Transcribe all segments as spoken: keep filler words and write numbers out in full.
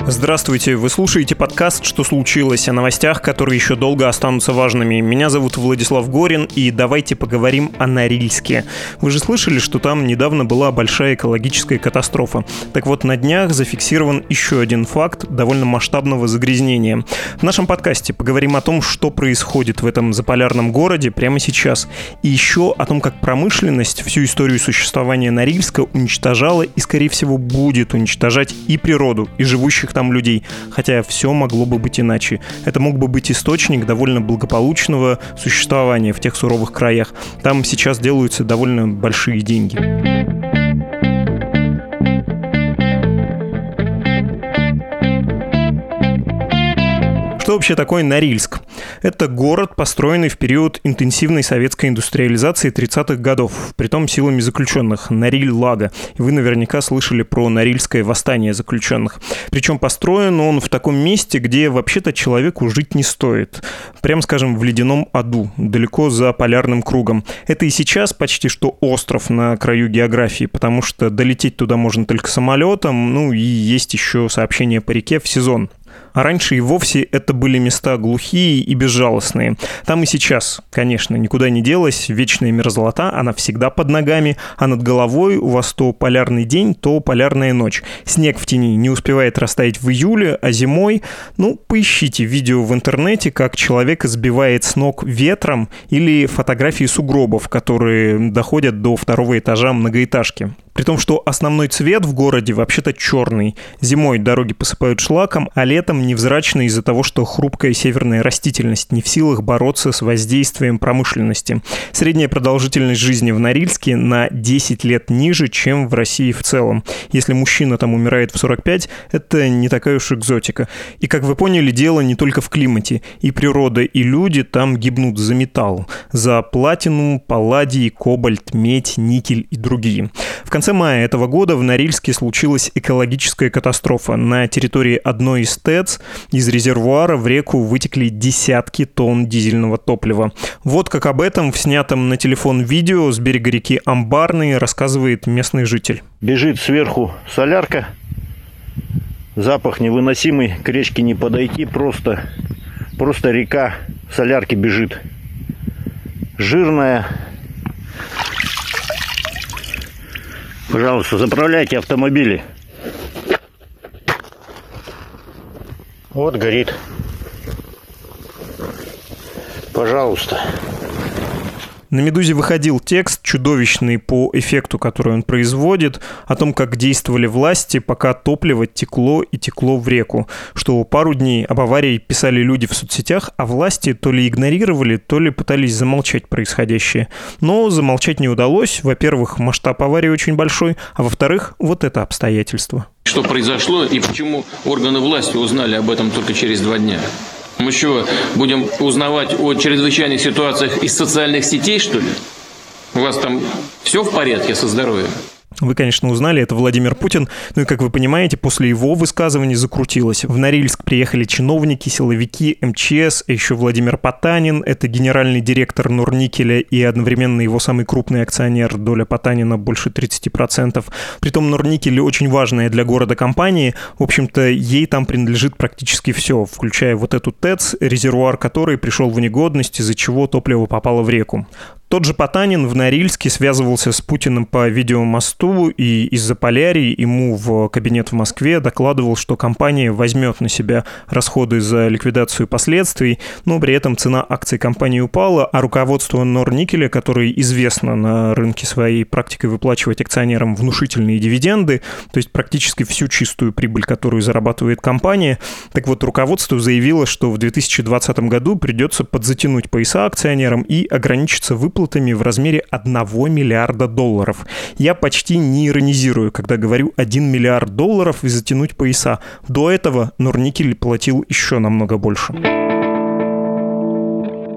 Здравствуйте, вы слушаете подкаст «Что случилось?» о новостях, которые еще долго останутся важными. Меня зовут Владислав Горин, и давайте поговорим о Норильске. Вы же слышали, что там недавно была большая экологическая катастрофа. Так вот, на днях зафиксирован еще один факт довольно масштабного загрязнения. В нашем подкасте поговорим о том, что происходит в этом заполярном городе прямо сейчас. И еще о том, как промышленность всю историю существования Норильска уничтожала и, скорее всего, будет уничтожать и природу, и живущих там людей, хотя все могло бы быть иначе. Это мог бы быть источник довольно благополучного существования в тех суровых краях. Там сейчас делаются довольно большие деньги. Что вообще такое Норильск? Это город, построенный в период интенсивной советской индустриализации тридцатых годов, притом силами заключенных, Нориль-Лага. И вы наверняка слышали про Норильское восстание заключенных. Причем построен он в таком месте, где вообще-то человеку жить не стоит. Прям скажем, в ледяном аду, далеко за полярным кругом. Это и сейчас почти что остров на краю географии, потому что долететь туда можно только самолетом, ну и есть еще сообщение по реке в сезон. А раньше и вовсе это были места глухие и безжалостные. Там и сейчас, конечно, никуда не делась вечная мерзлота, она всегда под ногами, а над головой у вас то полярный день, то полярная ночь. Снег в тени не успевает растаять в июле, а зимой, ну, поищите видео в интернете, как человек сбивает с ног ветром, или фотографии сугробов, которые доходят до второго этажа многоэтажки. При том, что основной цвет в городе вообще-то черный. Зимой дороги посыпают шлаком, а летом невзрачно из-за того, что хрупкая северная растительность не в силах бороться с воздействием промышленности. Средняя продолжительность жизни в Норильске на десять лет ниже, чем в России в целом. Если мужчина там умирает в сорок пять, это не такая уж экзотика. И, как вы поняли, дело не только в климате. И природа, и люди там гибнут за металл. За платину, палладий, кобальт, медь, никель и другие. В конце мая этого года в Норильске случилась экологическая катастрофа. На территории одной из ТЭЦ из резервуара в реку вытекли десятки тонн дизельного топлива. Вот как об этом в снятом на телефон видео с берега реки Амбарный рассказывает местный житель. Бежит сверху солярка, запах невыносимый, к речке не подойти, просто, просто река солярки бежит. Жирная. Пожалуйста, заправляйте автомобили. Вот горит. Пожалуйста. На «Медузе» выходил текст, чудовищный по эффекту, который он производит, о том, как действовали власти, пока топливо текло и текло в реку. Что пару дней об аварии писали люди в соцсетях, а власти то ли игнорировали, то ли пытались замолчать происходящее. Но замолчать не удалось. Во-первых, масштаб аварии очень большой, а во-вторых, вот это обстоятельство. Что произошло и почему органы власти узнали об этом только через два дня? Мы что, будем узнавать о чрезвычайных ситуациях из социальных сетей, что ли? У вас там все в порядке со здоровьем? Вы, конечно, узнали, это Владимир Путин. Ну и, как вы понимаете, после его высказываний закрутилось. В Норильск приехали чиновники, силовики, эм че эс, а еще Владимир Потанин. Это генеральный директор Норникеля и одновременно его самый крупный акционер. Доля Потанина больше тридцать процентов. Притом Норникель очень важная для города компания. В общем-то, ей там принадлежит практически все, включая вот эту ТЭЦ, резервуар которой пришел в негодность, из-за чего топливо попало в реку. Тот же Потанин в Норильске связывался с Путиным по видеомосту, и из-за полярии ему в кабинет в Москве докладывал, что компания возьмет на себя расходы за ликвидацию последствий, но при этом цена акций компании упала, а руководство Норникеля, которое известно на рынке своей практикой выплачивать акционерам внушительные дивиденды, то есть практически всю чистую прибыль, которую зарабатывает компания, так вот, руководство заявило, что в две тысячи двадцатом году придется подзатянуть пояса акционерам и ограничиться выплатами в размере одного миллиарда долларов. Я почти не иронизирую, когда говорю один миллиард долларов и затянуть пояса. До этого Норникель платил еще намного больше.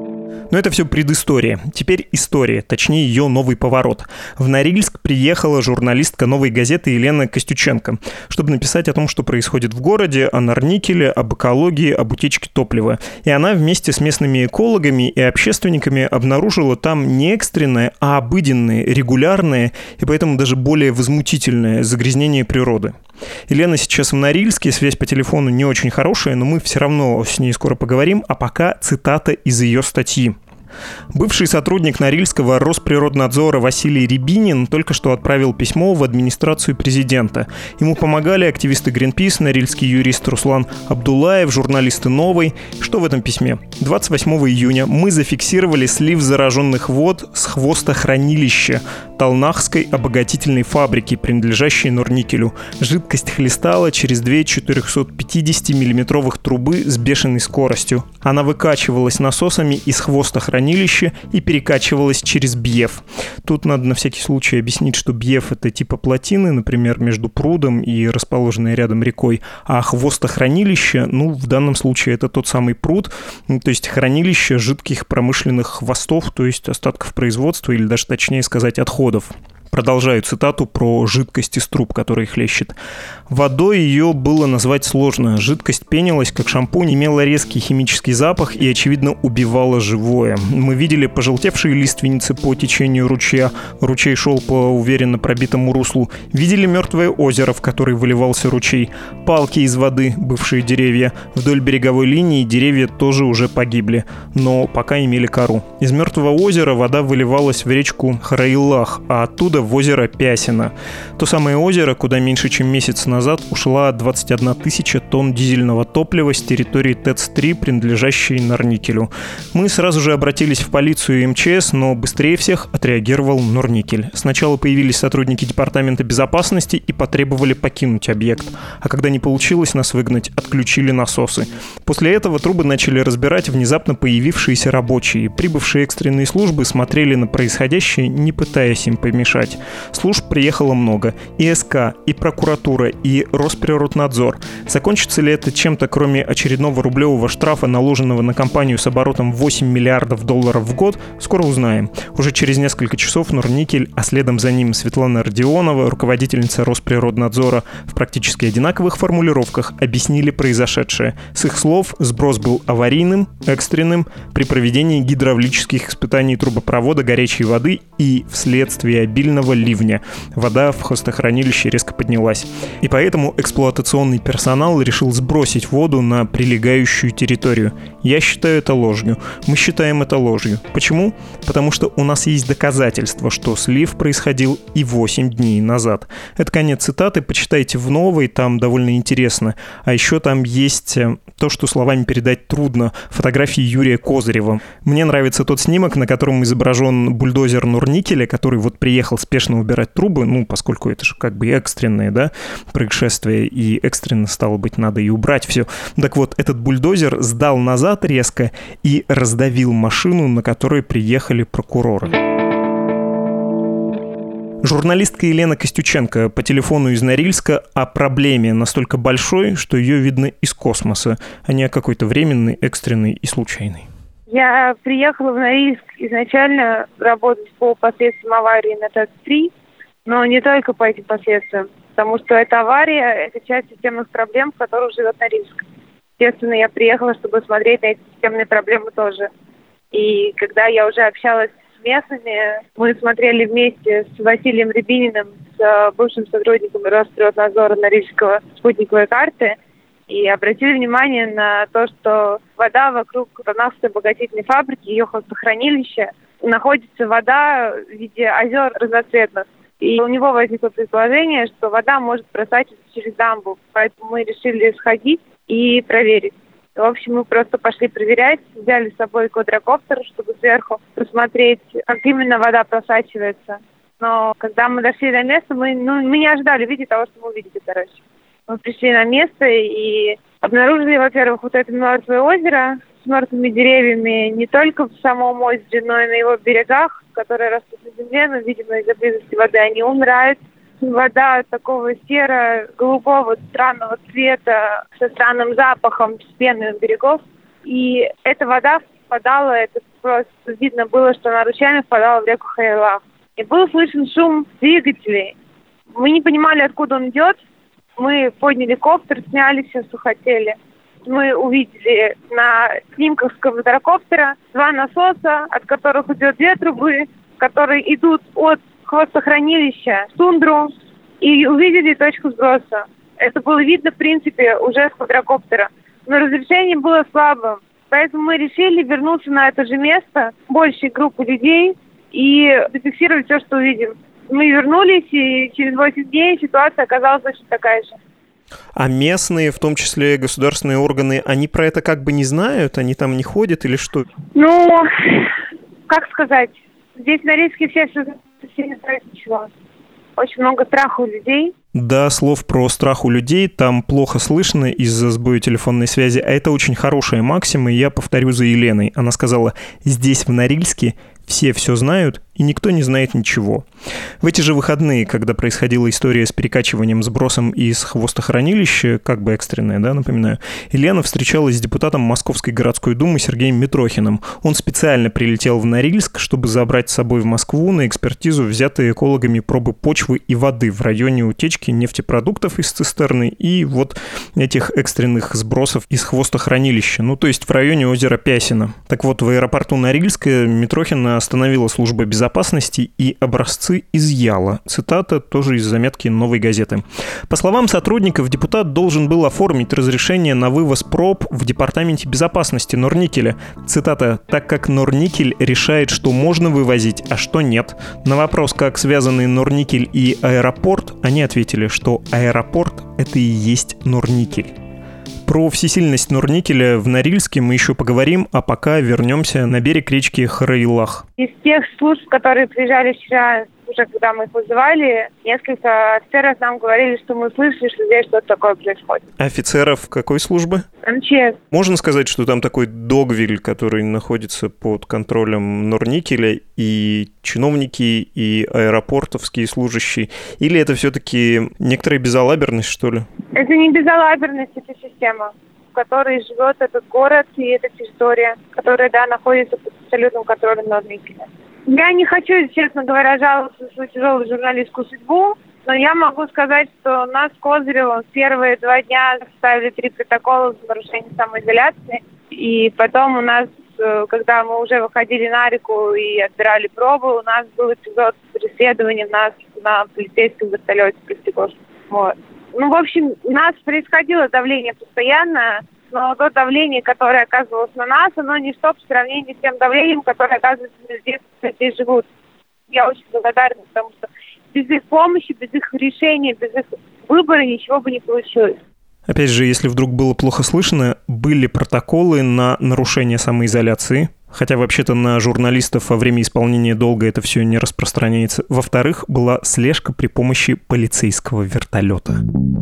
Но это все предыстория. Теперь история, точнее ее новый поворот. В Норильск приехала журналистка «Новой газеты» Елена Костюченко, чтобы написать о том, что происходит в городе, о Норникеле, об экологии, об утечке топлива. И она вместе с местными экологами и общественниками обнаружила там не экстренное, а обыденное, регулярное и поэтому даже более возмутительное загрязнение природы. Елена сейчас в Норильске, связь по телефону не очень хорошая, но мы все равно с ней скоро поговорим, а пока цитата из ее статьи. Бывший сотрудник Норильского Росприроднадзора Василий Рябинин только что отправил письмо в администрацию президента. Ему помогали активисты Greenpeace, норильский юрист Руслан Абдулаев, журналисты «Новой». Что в этом письме? двадцать восьмого июня мы зафиксировали слив зараженных вод с хвостохранилища Талнахской обогатительной фабрики, принадлежащей Норникелю. Жидкость хлестала через две четырехсотпятидесятимиллиметровых трубы с бешеной скоростью. Она выкачивалась насосами из хвостохранилища и перекачивалась через бьеф. Тут надо на всякий случай объяснить, что бьеф — это типа плотины, например, между прудом и расположенной рядом рекой, а хвостохранилище, ну, в данном случае это тот самый пруд, ну, то есть хранилище жидких промышленных хвостов, то есть остатков производства или даже точнее сказать отходов. Продолжаю цитату про жидкость из труб, которая хлещет. Водой ее было назвать сложно. Жидкость пенилась, как шампунь, имела резкий химический запах и, очевидно, убивала живое. Мы видели пожелтевшие лиственницы по течению ручья. Ручей шел по уверенно пробитому руслу. Видели мертвое озеро, в которое выливался ручей. Палки из воды, бывшие деревья. Вдоль береговой линии деревья тоже уже погибли, но пока имели кору. Из мертвого озера вода выливалась в речку Хараилах, а оттуда в озеро Пясино. То самое озеро, куда меньше чем месяц назад ушла двадцать одна тысяча тонн дизельного топлива с территории ТЭЦ три, принадлежащей Норникелю. Мы сразу же обратились в полицию и эм че эс, но быстрее всех отреагировал Норникель. Сначала появились сотрудники департамента безопасности и потребовали покинуть объект. А когда не получилось нас выгнать, отключили насосы. После этого трубы начали разбирать внезапно появившиеся рабочие. Прибывшие экстренные службы смотрели на происходящее, не пытаясь им помешать. Служб приехало много. И эс ка, и прокуратура, и Росприроднадзор. Закончится ли это чем-то, кроме очередного рублевого штрафа, наложенного на компанию с оборотом восемь миллиардов долларов в год, скоро узнаем. Уже через несколько часов Норникель, а следом за ним Светлана Родионова, руководительница Росприроднадзора, в практически одинаковых формулировках объяснили произошедшее. С их слов, сброс был аварийным, экстренным, при проведении гидравлических испытаний трубопровода горячей воды и вследствие обильного ливня. Вода в хвостохранилище резко поднялась. И поэтому эксплуатационный персонал решил сбросить воду на прилегающую территорию. Я считаю это ложью. Мы считаем это ложью. Почему? Потому что у нас есть доказательства, что слив происходил и восемь дней назад. Это конец цитаты, почитайте в «Новой», там довольно интересно. А еще там есть то, что словами передать трудно. Фотографии Юрия Козырева. Мне нравится тот снимок, на котором изображен бульдозер Норникеля, который вот приехал спешно убирать трубы, ну, поскольку это же как бы экстренное, да, происшествие, и экстренно, стало быть, надо и убрать все. Так вот, этот бульдозер сдал назад резко и раздавил машину, на которой приехали прокуроры. Журналистка Елена Костюченко по телефону из Норильска о проблеме настолько большой, что ее видно из космоса, а не о какой-то временной, экстренной и случайной. Я приехала в Норильск изначально работать по последствиям аварии на ТЭЦ три, но не только по этим последствиям, потому что эта авария – это часть системных проблем, в которых живет Норильск. Естественно, я приехала, чтобы смотреть на эти системные проблемы тоже. И когда я уже общалась с местными, мы смотрели вместе с Василием Рябининым, с бывшим сотрудником Росприроднадзора Норильского спутниковой карты, и обратили внимание на то, что вода вокруг Талнахской обогатительной фабрики, ее хвостохранилища, находится вода в виде озер разноцветных. И у него возникло предположение, что вода может просачиваться через дамбу. Поэтому мы решили сходить и проверить. В общем, мы просто пошли проверять, взяли с собой квадрокоптер, чтобы сверху посмотреть, как именно вода просачивается. Но когда мы дошли до места, мы, ну, мы не ожидали видеть того, что мы увидели, короче. Мы пришли на место и обнаружили, во-первых, вот это мертвое озеро с мертвыми деревьями не только в самом озере, но и на его берегах, которые растут на земле, но, видимо, из-за близости воды они умирают. Вода такого серо-голубого странного цвета со странным запахом с пеной у берегов. И эта вода впадала, это просто видно было, что она ручьями впадала в реку Хайрулах. И был слышен шум двигателей. Мы не понимали, откуда он идет. Мы подняли коптер, сняли все сухотели. Мы увидели на снимках с квадрокоптера два насоса, от которых идет две трубы, которые идут от хвостохранилища в тундру, и увидели точку сброса. Это было видно, в принципе, уже с квадрокоптера. Но разрешение было слабым. Поэтому мы решили вернуться на это же место, большей группы людей, и зафиксировать все, что увидим. Мы вернулись, и через восемь дней ситуация оказалась точно такая же. А местные, в том числе государственные органы, они про это как бы не знают? Они там не ходят или что? Ну, как сказать, здесь в Норильске все все сильно строят ничего. Очень много страха у людей. Да, слов про страх у людей там плохо слышно из-за сбоя телефонной связи, а это очень хорошая максима, и я повторю за Еленой. Она сказала, здесь в Норильске все все знают, и никто не знает ничего. В эти же выходные, когда происходила история с перекачиванием сбросом из хвостохранилища, как бы экстренная, да, напоминаю, Елена встречалась с депутатом Московской городской думы Сергеем Митрохиным. Он специально прилетел в Норильск, чтобы забрать с собой в Москву на экспертизу взятые экологами пробы почвы и воды в районе утечки нефтепродуктов из цистерны и вот этих экстренных сбросов из хвостохранилища, ну то есть в районе озера Пясино. Так вот, в аэропорту Норильска Митрохина остановила служба безопасности и образцы изъяла. Цитата тоже из заметки «Новой газеты». По словам сотрудников, депутат должен был оформить разрешение на вывоз проб в департаменте безопасности Норникеля. Цитата «Так как Норникель решает, что можно вывозить, а что нет». На вопрос, как связаны Норникель и аэропорт, они ответили, что аэропорт — это и есть Норникель. Про всесильность Норникеля в Норильске мы еще поговорим, а пока вернемся на берег речки Хайрулах. Из тех служб, которые приезжали вчера, уже когда мы их вызывали, несколько офицеров нам говорили, что мы слышали, что здесь что-то такое происходит. Офицеров какой службы? эм че эс. Можно сказать, что там такой Догвиль, который находится под контролем Норникеля, и чиновники, и аэропортовские служащие? Или это все-таки некоторая безалаберность, что ли? Это не безалаберность, это система, в которой живет этот город и эта территория, которая, да, находится под абсолютным контролем Норникеля. Я не хочу, честно говоря, жаловаться на свою тяжелую журналистскую судьбу, но я могу сказать, что нас с Козыревым в первые два дня составили три протокола за нарушение самоизоляции. И потом у нас, когда мы уже выходили на реку и отбирали пробы, у нас был эпизод преследования нас на полицейском вертолете, прости господи. Вот. Ну, в общем, у нас происходило давление постоянно, но то давление, которое оказывалось на нас, оно ничто по сравнению с тем давлением, которое оказывается на людей, которые здесь живут. Я очень благодарна, потому что без их помощи, без их решения, без их выбора ничего бы не получилось. Опять же, если вдруг было плохо слышно, были протоколы на нарушение самоизоляции, хотя вообще-то на журналистов во время исполнения долга это все не распространяется. Во-вторых, была слежка при помощи полицейского вертолета.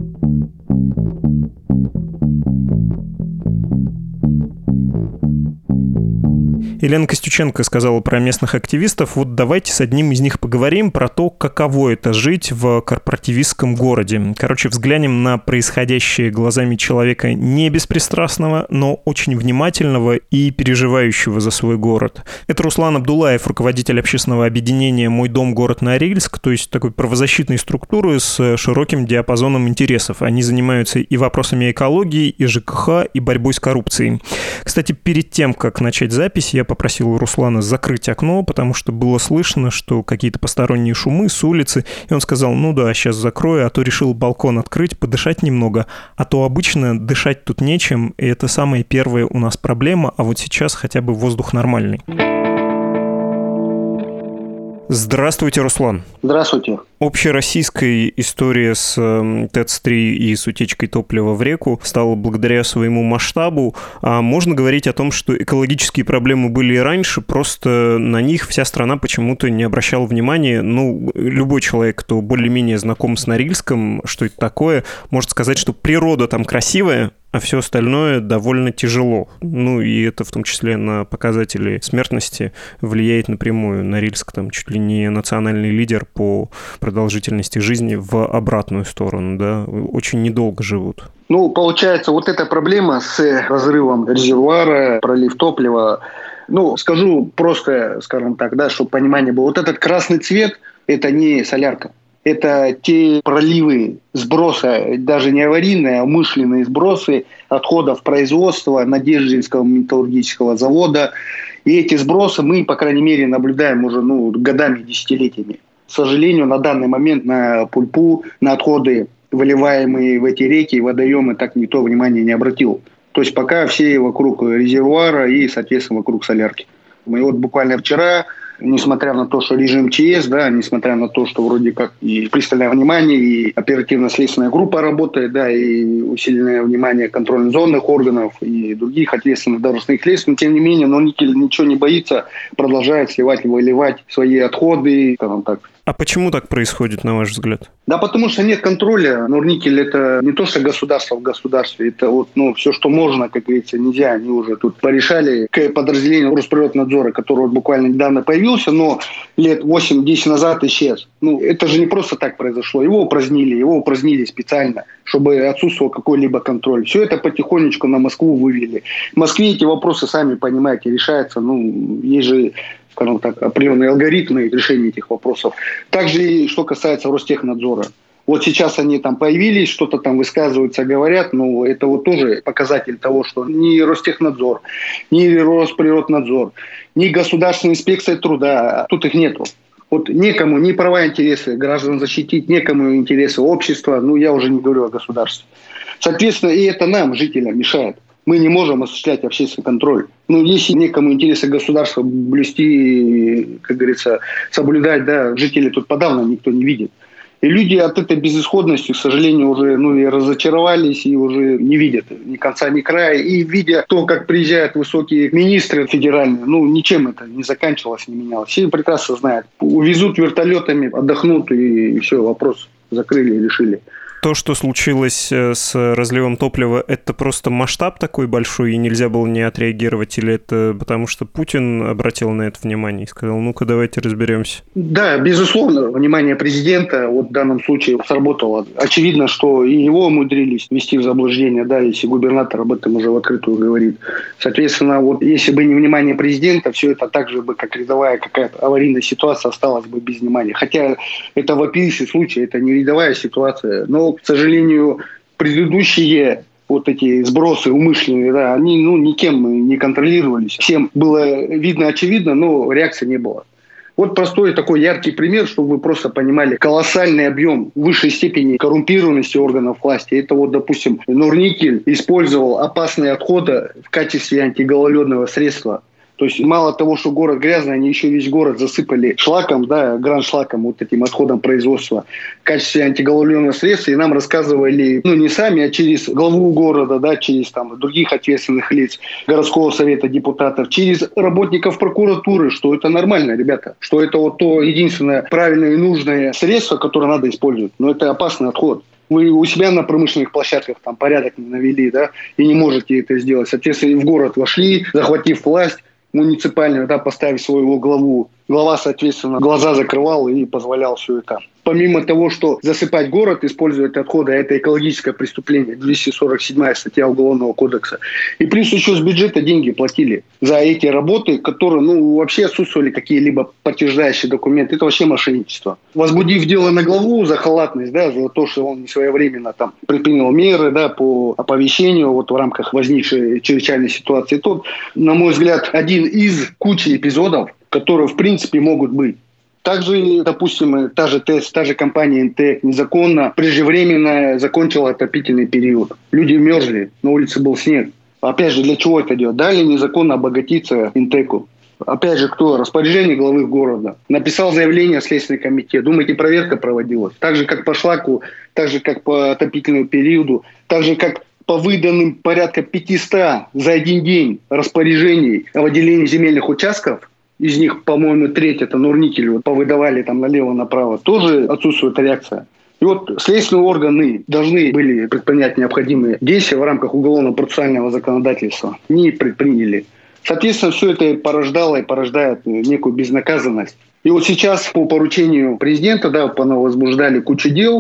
Елена Костюченко сказала про местных активистов. Вот давайте с одним из них поговорим про то, каково это жить в корпоративистском городе. Короче, взглянем на происходящее глазами человека не беспристрастного, но очень внимательного и переживающего за свой город. Это Руслан Абдулаев, руководитель общественного объединения «Мой дом, город Норильск», то есть такой правозащитной структуры с широким диапазоном интересов. Они занимаются и вопросами экологии, и ЖКХ, и борьбой с коррупцией. Кстати, перед тем, как начать запись, я попросил Руслана закрыть окно, потому что было слышно, что какие-то посторонние шумы с улицы, и он сказал, ну да, сейчас закрою, а то решил балкон открыть, подышать немного, а то обычно дышать тут нечем, и это самая первая у нас проблема, а вот сейчас хотя бы воздух нормальный. Здравствуйте, Руслан. Здравствуйте. Общероссийская история с ТЭЦ три и с утечкой топлива в реку стала благодаря своему масштабу. А можно говорить о том, что экологические проблемы были и раньше, просто на них вся страна почему-то не обращала внимания. Ну, любой человек, кто более-менее знаком с Норильском, что это такое, может сказать, что природа там красивая, а все остальное довольно тяжело. Ну, и это в том числе на показатели смертности влияет напрямую. Норильск там чуть ли не национальный лидер по продолжительности жизни в обратную сторону, да, очень недолго живут. Ну, получается, вот эта проблема с разрывом резервуара, пролив топлива, Ну, скажу просто, скажем так, да, чтобы понимание было. Вот этот красный цвет – это не солярка. Это те проливы сброса, даже не аварийные, а умышленные сбросы отходов производства Надеждинского металлургического завода. И эти сбросы мы, по крайней мере, наблюдаем уже ну, годами, десятилетиями. К сожалению, на данный момент на пульпу, на отходы, выливаемые в эти реки и водоемы, так никто внимания не обратил. То есть пока все вокруг резервуара и, соответственно, вокруг солярки. Мы вот буквально вчера, несмотря на то, что режим ЧС, да, несмотря на то, что вроде как и пристальное внимание, и оперативно-следственная группа работает, да, и усиленное внимание контрольно-зонных органов и других ответственных должностных лиц, но тем не менее, Норникель ничего не боится, продолжает сливать и выливать свои отходы, скажем так. А почему так происходит, на ваш взгляд? Да потому что нет контроля. Норникель – это не то, что государство в государстве. Это вот, ну, все, что можно, как говорится, нельзя. Они уже тут порешали к подразделению Росприроднадзора, который вот буквально недавно появился, но лет восемь-десять назад исчез. Ну, это же не просто так произошло. Его упразднили, его упразднили специально, чтобы отсутствовал какой-либо контроль. Все это потихонечку на Москву вывели. В Москве эти вопросы, сами понимаете, решаются. Ну, есть же, скажем так, определенные алгоритмы решения этих вопросов. Также и что касается Ростехнадзора. Вот сейчас они там появились, что-то там высказываются, говорят, но это вот тоже показатель того, что ни Ростехнадзор, ни Росприроднадзор, ни Государственная инспекция труда, тут их нету. Вот некому ни права и интересы граждан защитить, некому интересы общества, ну я уже не говорю о государстве. Соответственно, и это нам, жителям, мешает. Мы не можем осуществлять общественный контроль. Ну, если некому интересы государства блюсти, как говорится, соблюдать, да, жители тут подавно никто не видит. И люди от этой безысходности, к сожалению, уже ну, и разочаровались, и уже не видят ни конца, ни края. И видя то, как приезжают высокие министры федеральные, ну, ничем это не заканчивалось, не менялось. Все прекрасно знают. Увезут вертолетами, отдохнут, и, и все, вопрос закрыли и решили. То, что случилось с разливом топлива, это просто масштаб такой большой, и нельзя было не отреагировать? Или это потому, что Путин обратил на это внимание и сказал, ну-ка, давайте разберемся? Да, безусловно, внимание президента вот в данном случае сработало. Очевидно, что и его умудрились ввести в заблуждение, да, если губернатор об этом уже в открытую говорит. Соответственно, вот если бы не внимание президента, все это так же бы, как рядовая какая-то аварийная ситуация, осталась бы без внимания. Хотя это вопиющий случай, это не рядовая ситуация, но к сожалению, предыдущие вот эти сбросы умышленные, да, они ну, никем не контролировались. Всем было видно, очевидно, но реакции не было. Вот простой такой яркий пример, чтобы вы просто понимали колоссальный объем высшей степени коррумпированности органов власти. Это вот, допустим, Норникель использовал опасные отходы в качестве антигололедного средства. То есть мало того, что город грязный, они еще весь город засыпали шлаком, да, граншлаком, вот этим отходом производства в качестве антигололедного средства. И нам рассказывали, ну не сами, а через главу города, да, через там других ответственных лиц, городского совета депутатов, через работников прокуратуры, что это нормально, ребята, что это вот то единственное правильное и нужное средство, которое надо использовать. Но это опасный отход. Вы у себя на промышленных площадках там порядок не навели, да, и не можете это сделать. Соответственно, в город вошли, захватив власть муниципальную, да, поставив своего главу. Глава, соответственно, глаза закрывал и позволял все это. Помимо того, что засыпать город, использовать отходы, это экологическое преступление, двести сорок седьмая статья Уголовного кодекса. И плюс еще с бюджета деньги платили за эти работы, которые, ну, вообще отсутствовали какие-либо подтверждающие документы. Это вообще мошенничество. Возбудив дело на главу за халатность, да, за то, что он не своевременно там предпринял меры, да, по оповещению вот в рамках возникшей чрезвычайной ситуации, то, на мой взгляд, один из кучи эпизодов, которые в принципе могут быть. Также, допустим, та же ТЭС, та же компания ИНТЭК незаконно, преждевременно закончила отопительный период. Люди мерзли, на улице был снег. Опять же, для чего это делать? Дали незаконно обогатиться ИНТЭКу. Опять же, кто? Распоряжение главы города. Написал заявление в Следственный комитет. Думаете, проверка проводилась? Так же, как по шлаку, так же, как по отопительному периоду, так же, как по выданным порядка пятисот за один день распоряжений о выделении земельных участков, из них, по-моему, треть это Норникель, вот, повыдавали там налево-направо, тоже отсутствует реакция. И вот следственные органы должны были предпринять необходимые действия в рамках уголовно-процессуального законодательства. Не предприняли. Соответственно, все это порождало и порождает некую безнаказанность. И вот сейчас по поручению президента, да, возбуждали кучу дел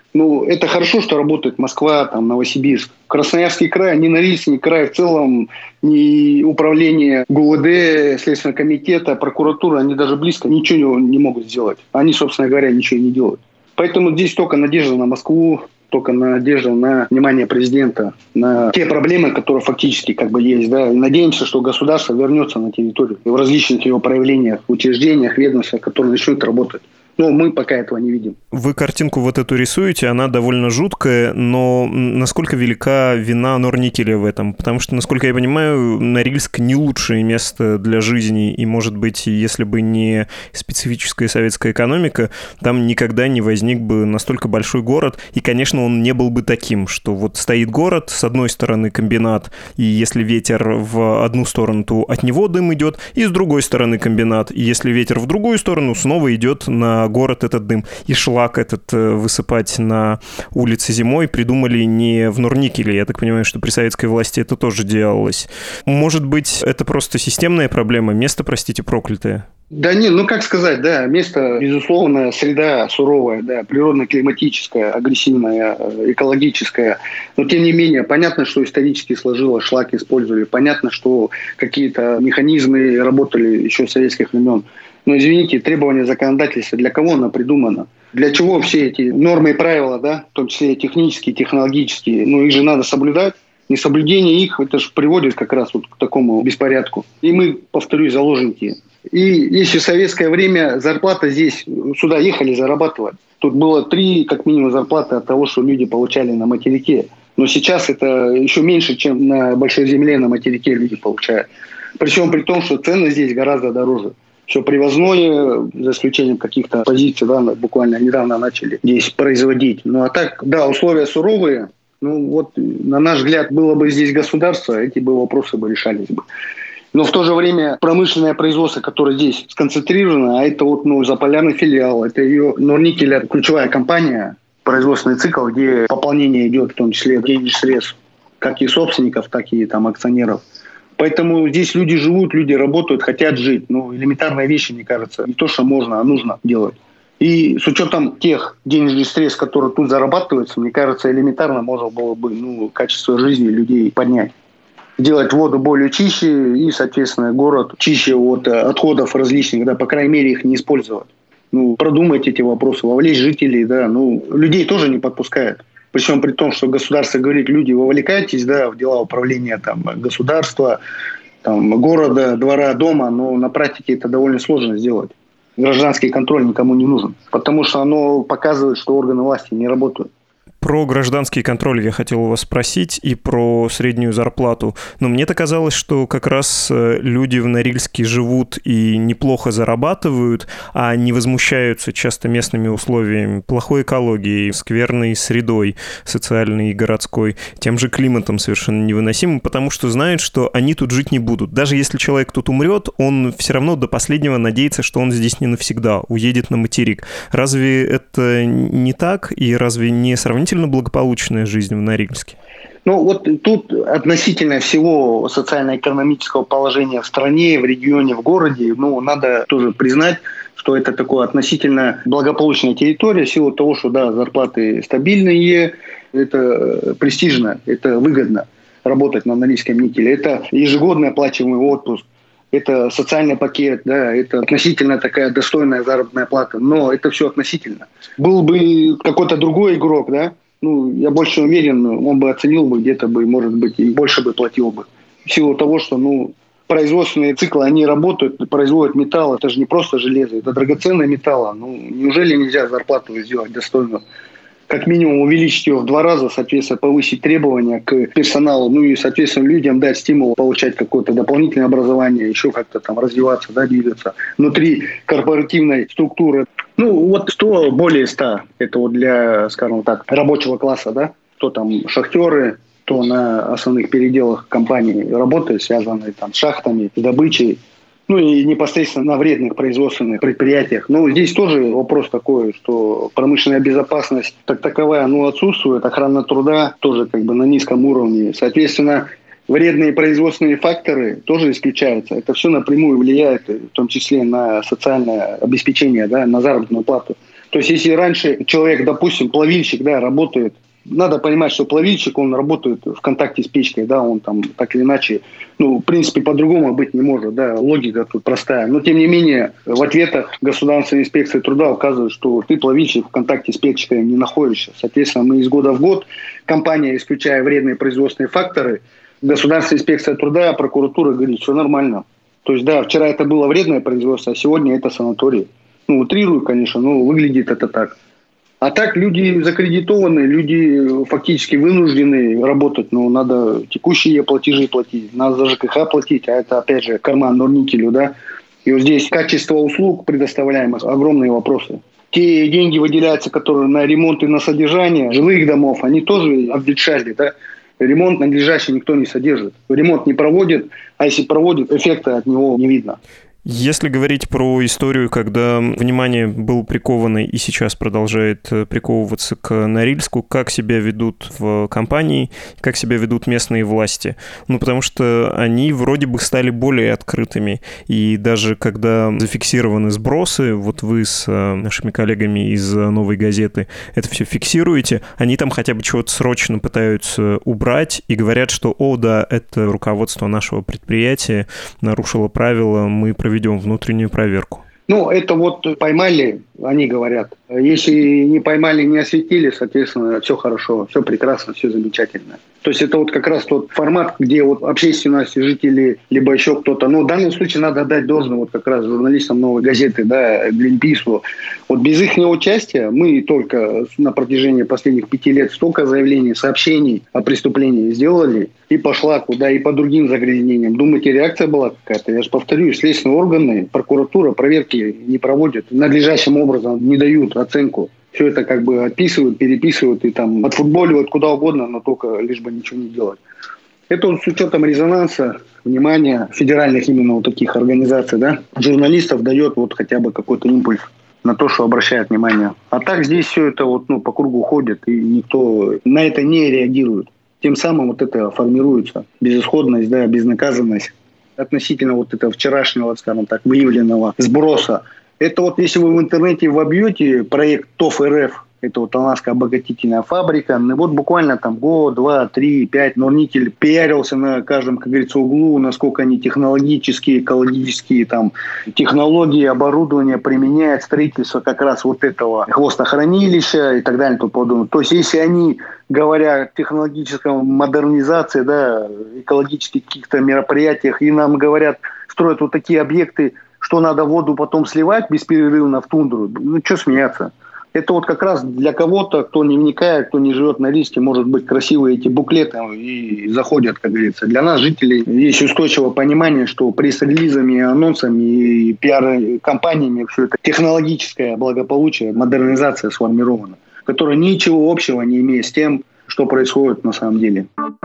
Ну, это хорошо, что работает Москва, там, Новосибирск. Красноярский край, ни Норильск, ни край в целом, ни управление ГУВД, Следственного комитета, прокуратура, они даже близко ничего не могут сделать. Они, собственно говоря, ничего не делают. Поэтому здесь только надежда на Москву, только надежда на внимание президента, на те проблемы, которые фактически как бы есть. Да. И надеемся, что государство вернется на территорию в различных его проявлениях, учреждениях, ведомствах, которые начнут работать. Но мы пока этого не видим. Вы картинку вот эту рисуете, она довольно жуткая, но насколько велика вина Норникеля в этом? Потому что, насколько я понимаю, Норильск не лучшее место для жизни, и, может быть, если бы не специфическая советская экономика, там никогда не возник бы настолько большой город, и, конечно, он не был бы таким, что вот стоит город, с одной стороны комбинат, и если ветер в одну сторону, то от него дым идет, и с другой стороны комбинат, и если ветер в другую сторону, снова идет на город этот дым. И шлак этот высыпать на улице зимой придумали не в Норникеле. Я так понимаю, что при советской власти это тоже делалось. Может быть, это просто системная проблема? Место, простите, проклятое? Да нет, ну как сказать, да, место, безусловно, среда суровая, да, природно-климатическая, агрессивная, экологическая. Но тем не менее, понятно, что исторически сложилось, шлак использовали. Понятно, что какие-то механизмы работали еще с советских времен. Но, извините, требования законодательства, для кого оно придумано? Для чего все эти нормы и правила, да, в том числе технические, технологические, ну их же надо соблюдать. Несоблюдение их, это же приводит как раз вот к такому беспорядку. И мы, повторюсь, заложники. И если в советское время зарплата здесь, сюда ехали зарабатывать, тут было три, как минимум, зарплаты от того, что люди получали на материке. Но сейчас это еще меньше, чем на большой земле на материке люди получают. Причем при том, что цены здесь гораздо дороже. Все привозное, за исключением каких-то позиций, да, буквально недавно начали здесь производить. Ну а так, да, условия суровые. Ну вот, на наш взгляд, было бы здесь государство, эти бы вопросы бы решались бы. Но в то же время промышленное производство, которое здесь сконцентрировано, а это вот, ну, Заполярный филиал, это ее Норникель, ключевая компания, производственный цикл, где пополнение идет в том числе денежных средств, как и собственников, так и там акционеров. Поэтому здесь люди живут, люди работают, хотят жить. Ну, элементарные вещи, мне кажется, не то, что можно, а нужно делать. И с учетом тех денежных средств, которые тут зарабатываются, мне кажется, элементарно можно было бы, ну, качество жизни людей поднять. Делать воду более чище и, соответственно, город чище от отходов различных, да, по крайней мере, их не использовать. Ну, продумать эти вопросы, вовлечь жителей, да, ну, людей тоже не подпускают. Причем при том, что государство говорит, люди, вовлекайтесь, да, в дела управления там, государства, там, города, двора, дома, но на практике это довольно сложно сделать. Гражданский контроль никому не нужен, потому что оно показывает, что органы власти не работают. Про гражданский контроль я хотел у вас спросить и про среднюю зарплату. Но мне-то казалось, что как раз люди в Норильске живут и неплохо зарабатывают, а не возмущаются часто местными условиями, плохой экологией, скверной средой социальной и городской, тем же климатом совершенно невыносимым, потому что знают, что они тут жить не будут. Даже если человек тут умрет, он все равно до последнего надеется, что он здесь не навсегда, уедет на материк. Разве это не так? И разве не сравнительно благополучная жизнь в Норильске? Ну, вот тут относительно всего социально-экономического положения в стране, в регионе, в городе, ну, надо тоже признать, что это такое относительно благополучная территория, в силу того, что, да, зарплаты стабильные, это престижно, это выгодно работать на Норильском никеле. Это ежегодный оплачиваемый отпуск, это социальный пакет, да, это относительно такая достойная заработная плата, но это все относительно. Был бы какой-то другой игрок, да, ну, я больше уверен, он бы оценил бы где-то бы, может быть, и больше бы платил бы. В силу того, что, ну, производственные циклы, они работают, производят металл, это же не просто железо, это драгоценный металл. Ну, неужели нельзя зарплату сделать достойную? Как минимум увеличить ее в два раза, соответственно, повысить требования к персоналу, ну и, соответственно, людям дать стимул получать какое-то дополнительное образование, еще как-то там развиваться, да, двигаться внутри корпоративной структуры. Ну, вот сто, более ста, это вот для, скажем так, рабочего класса, да, кто там шахтеры, кто на основных переделах компании работает, связанные там с шахтами, с добычей. Ну и непосредственно на вредных производственных предприятиях. Но здесь тоже вопрос такой, что промышленная безопасность как таковая, ну, отсутствует, охрана труда тоже как бы на низком уровне. Соответственно, вредные производственные факторы тоже исключаются. Это все напрямую влияет, в том числе на социальное обеспечение, да, на заработную плату. То есть, если раньше человек, допустим, плавильщик, да, работает, надо понимать, что плавильщик, он работает в контакте с печкой, да, он там так или иначе, ну, в принципе, по-другому быть не может, да, логика тут простая. Но, тем не менее, в ответах Государственная инспекция труда указывает, что ты, плавильщик, в контакте с печкой не находишься. Соответственно, мы из года в год, компания, исключая вредные производственные факторы, Государственная инспекция труда, прокуратура говорит, все нормально. То есть, да, вчера это было вредное производство, а сегодня это санаторий. Ну, утрирую, конечно, но выглядит это так. А так люди закредитованы, люди фактически вынуждены работать, но надо текущие платежи платить, надо за ЖКХ платить, а это опять же карман Норникелю, да. И вот здесь качество услуг предоставляемых, огромные вопросы. Те деньги выделяются, которые на ремонт и на содержание жилых домов, они тоже обветшали, да. Ремонт надлежащий никто не содержит. Ремонт не проводит, а если проводит, эффекта от него не видно. Если говорить про историю, когда внимание было приковано и сейчас продолжает приковываться к Норильску, как себя ведут в компании, как себя ведут местные власти? Ну, потому что они вроде бы стали более открытыми. И даже когда зафиксированы сбросы, вот вы с нашими коллегами из «Новой газеты» это все фиксируете, они там хотя бы чего-то срочно пытаются убрать и говорят, что, о, да, это руководство нашего предприятия нарушило правила, мы проведем ведем внутреннюю проверку. Ну, это вот поймали, они говорят. Если не поймали, не осветили, соответственно, все хорошо, все прекрасно, все замечательно. То есть это вот как раз тот формат, где вот общественность, жители, либо еще кто-то. Но в данном случае надо отдать должное вот как раз журналистам «Новой газеты», да, Гринпису. Вот без их участия мы только на протяжении последних пяти лет столько заявлений, сообщений о преступлении сделали, и пошла куда, и по другим загрязнениям. Думаете, реакция была какая-то? Я же повторю, следственные органы, прокуратура проверки не проводят, надлежащим образом не дают оценку. Все это как бы отписывают, переписывают и там отфутболивают куда угодно, но только лишь бы ничего не делать. Это вот с учетом резонанса, внимания федеральных именно вот таких организаций, да, журналистов дает вот хотя бы какой-то импульс на то, что обращает внимание. А так здесь все это вот, ну, по кругу ходит, и никто на это не реагирует. Тем самым вот это формируется безысходность, да, безнаказанность относительно вот этого вчерашнего, скажем так, выявленного сброса. Это вот если вы в интернете вобьете проект ТОФ-РФ, это вот Талнахская обогатительная фабрика, ну, вот буквально там год, два, три, пять, Норникель пиарился на каждом, как говорится, углу, насколько они технологические, экологические там технологии, оборудование применяют, строительство как раз вот этого хвостохранилища и так далее и тому подобное. То есть если они, говоря о технологической модернизации, да, экологических каких-то мероприятиях, и нам говорят, строят вот такие объекты, что надо воду потом сливать бесперерывно в тундру, ну что смеяться? Это вот как раз для кого-то, кто не вникает, кто не живет на риске, может быть, красивые эти буклеты и заходят, как говорится. Для нас, жителей, есть устойчивое понимание, что пресс-релизами, анонсами и пиар-компаниями все это технологическое благополучие, модернизация сформирована, которая ничего общего не имеет с тем, что происходит на самом деле.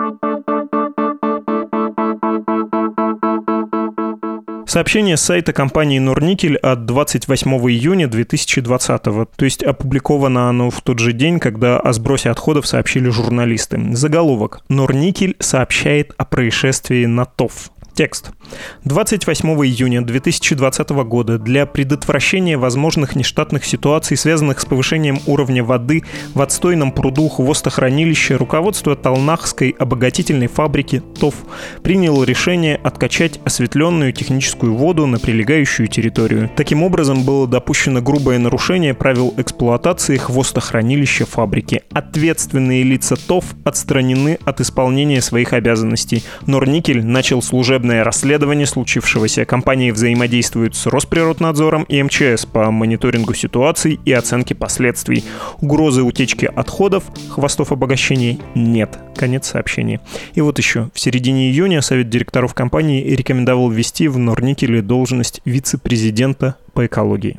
Сообщение с сайта компании «Норникель» от двадцать восьмого июня две тысячи двадцатого, то есть опубликовано оно в тот же день, когда о сбросе отходов сообщили журналисты. Заголовок: «Норникель сообщает о происшествии на ТОФ». Текст. двадцать восьмого июня две тысячи двадцатого года для предотвращения возможных нештатных ситуаций, связанных с повышением уровня воды в отстойном пруду хвостохранилища, руководство Талнахской обогатительной фабрики ТОФ приняло решение откачать осветленную техническую воду на прилегающую территорию. Таким образом, было допущено грубое нарушение правил эксплуатации хвостохранилища фабрики. Ответственные лица ТОФ отстранены от исполнения своих обязанностей. Норникель начал служебное расследование случившегося. Компании взаимодействуют с Росприроднадзором и эм че эс по мониторингу ситуации и оценке последствий. Угрозы утечки отходов, хвостов обогащения нет. Конец сообщения. И вот еще. В середине июня Совет директоров компании рекомендовал ввести в Норникеле должность вице-президента по экологии.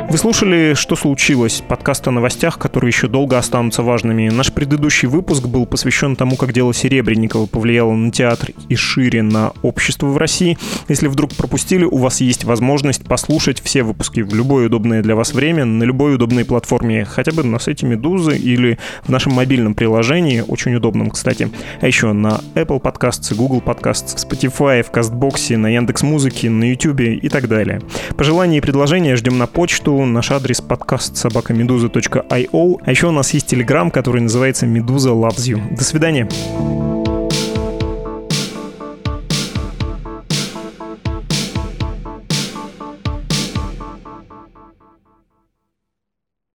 Вы слушали «Что случилось?» Подкаст о новостях, которые еще долго останутся важными. Наш предыдущий выпуск был посвящен тому, как дело Серебренникова повлияло на театр и шире на общество в России. Если вдруг пропустили, у вас есть возможность послушать все выпуски в любое удобное для вас время, на любой удобной платформе, хотя бы на сайте «Медузы» или в нашем мобильном приложении, очень удобном, кстати. А еще на Apple Podcasts, Google Podcasts, Spotify, в Кастбоксе, на Яндекс.Музыке, на YouTube и так далее. Пожелания и предложения ждем на почту. Наш адрес подкаст собака медуза точка ай о. А еще у нас есть телеграм, который называется «Медуза loves you». До свидания.